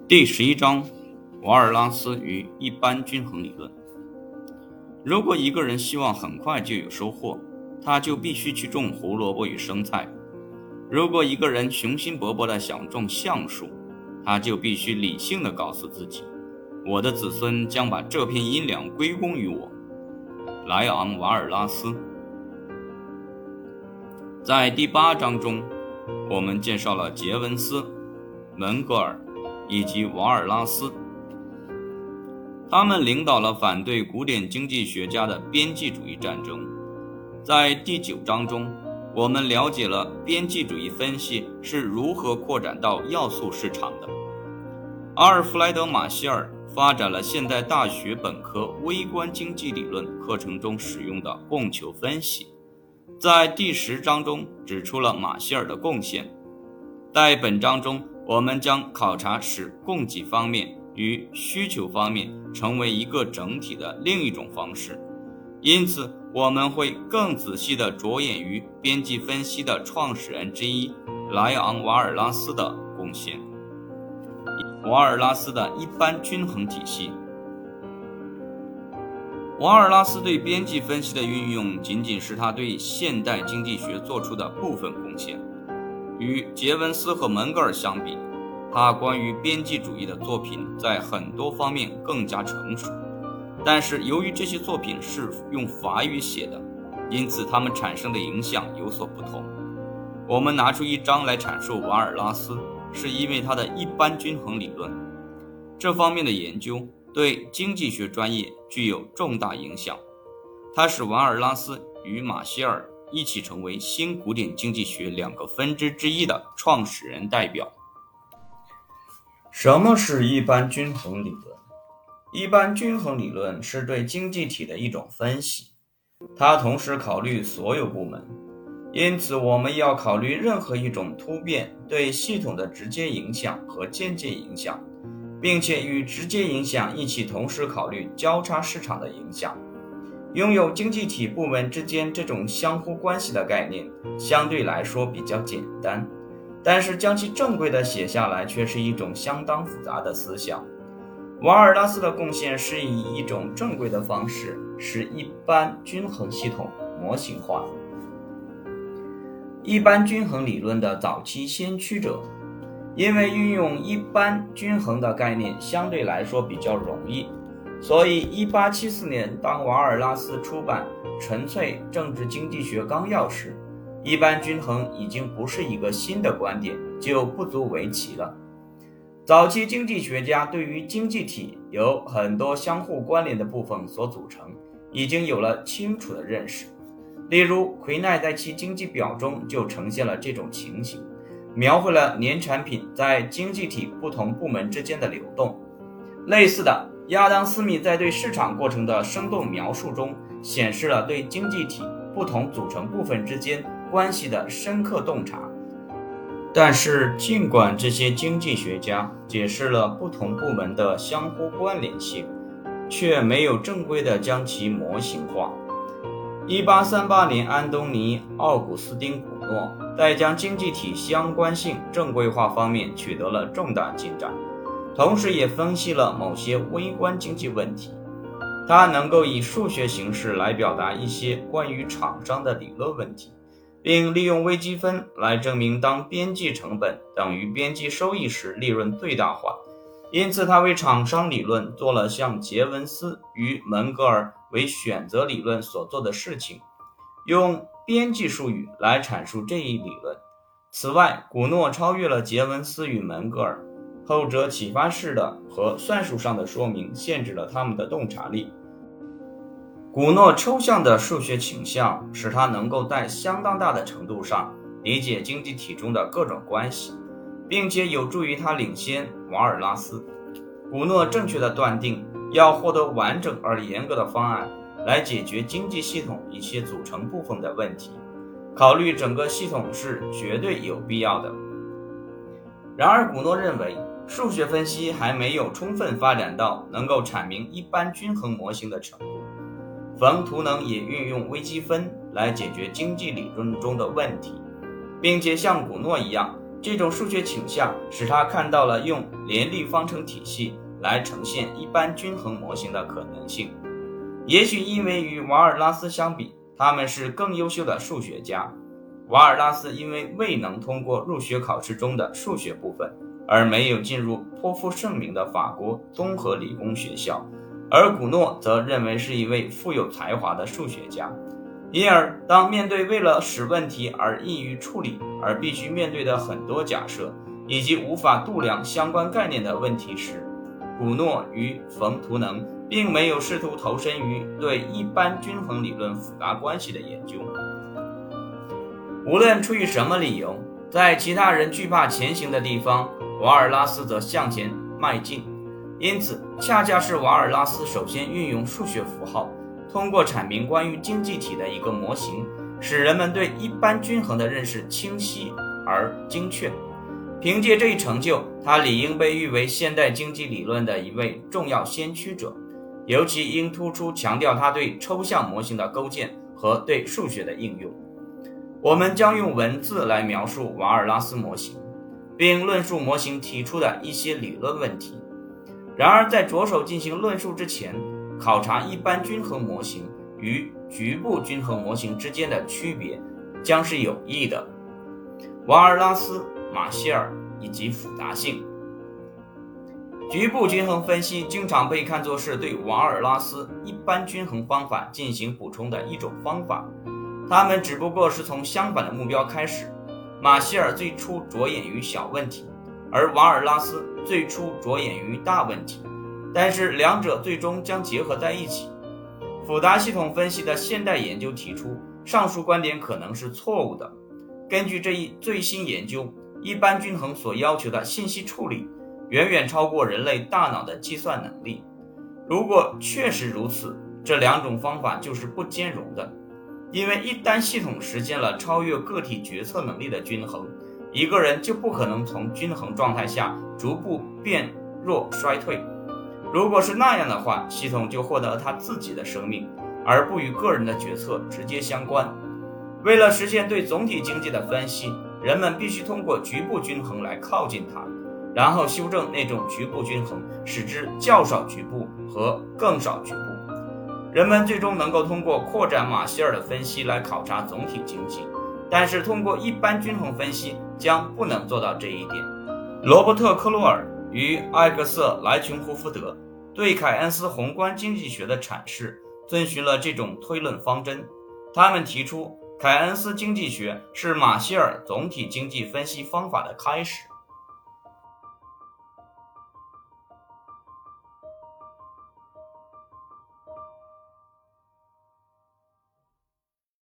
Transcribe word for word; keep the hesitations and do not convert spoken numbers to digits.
第十一章，瓦尔拉斯与一般均衡理论。如果一个人希望很快就有收获，他就必须去种胡萝卜与生菜；如果一个人雄心勃勃地想种橡树，他就必须理性地告诉自己，我的子孙将把这片阴凉归功于我。莱昂·瓦尔拉斯。在第八章中，我们介绍了杰文斯、门格尔以及瓦尔拉斯，他们领导了反对古典经济学家的边际主义战争。在第九章中，我们了解了边际主义分析是如何扩展到要素市场的。阿尔弗莱德·马歇尔发展了现代大学本科微观经济理论课程中使用的供求分析，在第十章中指出了马歇尔的贡献。在本章中，我们将考察使供给方面与需求方面成为一个整体的另一种方式，因此我们会更仔细地着眼于边际分析的创始人之一莱昂·瓦尔拉斯的贡献。瓦尔拉斯的一般均衡体系。瓦尔拉斯对边际分析的运用仅仅是他对现代经济学做出的部分贡献。与杰文斯和门格尔相比，他关于边际主义的作品在很多方面更加成熟，但是由于这些作品是用法语写的，因此它们产生的影响有所不同。我们拿出一章来阐述瓦尔拉斯，是因为他的一般均衡理论这方面的研究对经济学专业具有重大影响，它使瓦尔拉斯与马歇尔一起成为新古典经济学两个分支之一的创始人代表。什么是一般均衡理论？一般均衡理论是对经济体的一种分析，它同时考虑所有部门，因此我们要考虑任何一种突变对系统的直接影响和间接影响，并且与直接影响一起同时考虑交叉市场的影响。拥有经济体部门之间这种相互关系的概念相对来说比较简单，但是将其正规地写下来却是一种相当复杂的思想。瓦尔拉斯的贡献是以一种正规的方式使一般均衡系统模型化。一般均衡理论的早期先驱者，因为运用一般均衡的概念相对来说比较容易，所以一八七四年当瓦尔拉斯出版《纯粹政治经济学纲要》时，一般均衡已经不是一个新的观点，就不足为奇了。早期经济学家对于经济体由很多相互关联的部分所组成已经有了清楚的认识，例如奎奈在其经济表中就呈现了这种情形，描绘了年产品在经济体不同部门之间的流动。类似的，亚当·斯密在对市场过程的生动描述中显示了对经济体不同组成部分之间关系的深刻洞察。但是尽管这些经济学家解释了不同部门的相互关联性，却没有正规地将其模型化。一八三八年，安东尼·奥古斯丁·古诺在将经济体相关性正规化方面取得了重大进展，同时也分析了某些微观经济问题。他能够以数学形式来表达一些关于厂商的理论问题，并利用微积分来证明当边际成本等于边际收益时利润最大化。因此他为厂商理论做了像杰文斯与门格尔为选择理论所做的事情，用边际术语来阐述这一理论。此外，古诺超越了杰文斯与门格尔，后者启发式的和算术上的说明限制了他们的洞察力。古诺抽象的数学倾向使他能够在相当大的程度上理解经济体中的各种关系，并且有助于他领先瓦尔拉斯。古诺正确的断定要获得完整而严格的方案来解决经济系统一些组成部分的问题，考虑整个系统是绝对有必要的。然而古诺认为数学分析还没有充分发展到能够阐明一般均衡模型的程度。冯图能也运用微积分来解决经济理论中的问题，并且像古诺一样这种数学倾向使他看到了用联立方程体系来呈现一般均衡模型的可能性。也许因为与瓦尔拉斯相比，他们是更优秀的数学家。瓦尔拉斯因为未能通过入学考试中的数学部分，而没有进入颇负盛名的法国综合理工学校，而古诺则认为是一位富有才华的数学家。因而当面对为了使问题而易于处理而必须面对的很多假设以及无法度量相关概念的问题时，古诺与冯图能并没有试图投身于对一般均衡理论复杂关系的研究。无论出于什么理由，在其他人惧怕前行的地方，瓦尔拉斯则向前迈进。因此恰恰是瓦尔拉斯首先运用数学符号，通过阐明关于经济体的一个模型，使人们对一般均衡的认识清晰而精确。凭借这一成就，他理应被誉为现代经济理论的一位重要先驱者，尤其应突出强调他对抽象模型的构建和对数学的应用。我们将用文字来描述瓦尔拉斯模型，并论述模型提出的一些理论问题。然而在着手进行论述之前，考察一般均衡模型与局部均衡模型之间的区别将是有益的。瓦尔拉斯、马歇尔以及复杂性。局部均衡分析经常被看作是对瓦尔拉斯一般均衡方法进行补充的一种方法，他们只不过是从相反的目标开始。马歇尔最初着眼于小问题，而瓦尔拉斯最初着眼于大问题，但是两者最终将结合在一起。复杂系统分析的现代研究提出，上述观点可能是错误的。根据这一最新研究，一般均衡所要求的信息处理远远超过人类大脑的计算能力。如果确实如此，这两种方法就是不兼容的，因为一旦系统实现了超越个体决策能力的均衡，一个人就不可能从均衡状态下逐步变弱衰退。如果是那样的话，系统就获得了他自己的生命，而不与个人的决策直接相关。为了实现对总体经济的分析，人们必须通过局部均衡来靠近它，然后修正那种局部均衡，使之较少局部和更少局部。人们最终能够通过扩展马歇尔的分析来考察总体经济，但是通过一般均衡分析将不能做到这一点。罗伯特·克洛尔与艾格瑟·莱琼胡福德对凯恩斯宏观经济学的阐释遵循了这种推论方针。他们提出，凯恩斯经济学是马歇尔总体经济分析方法的开始。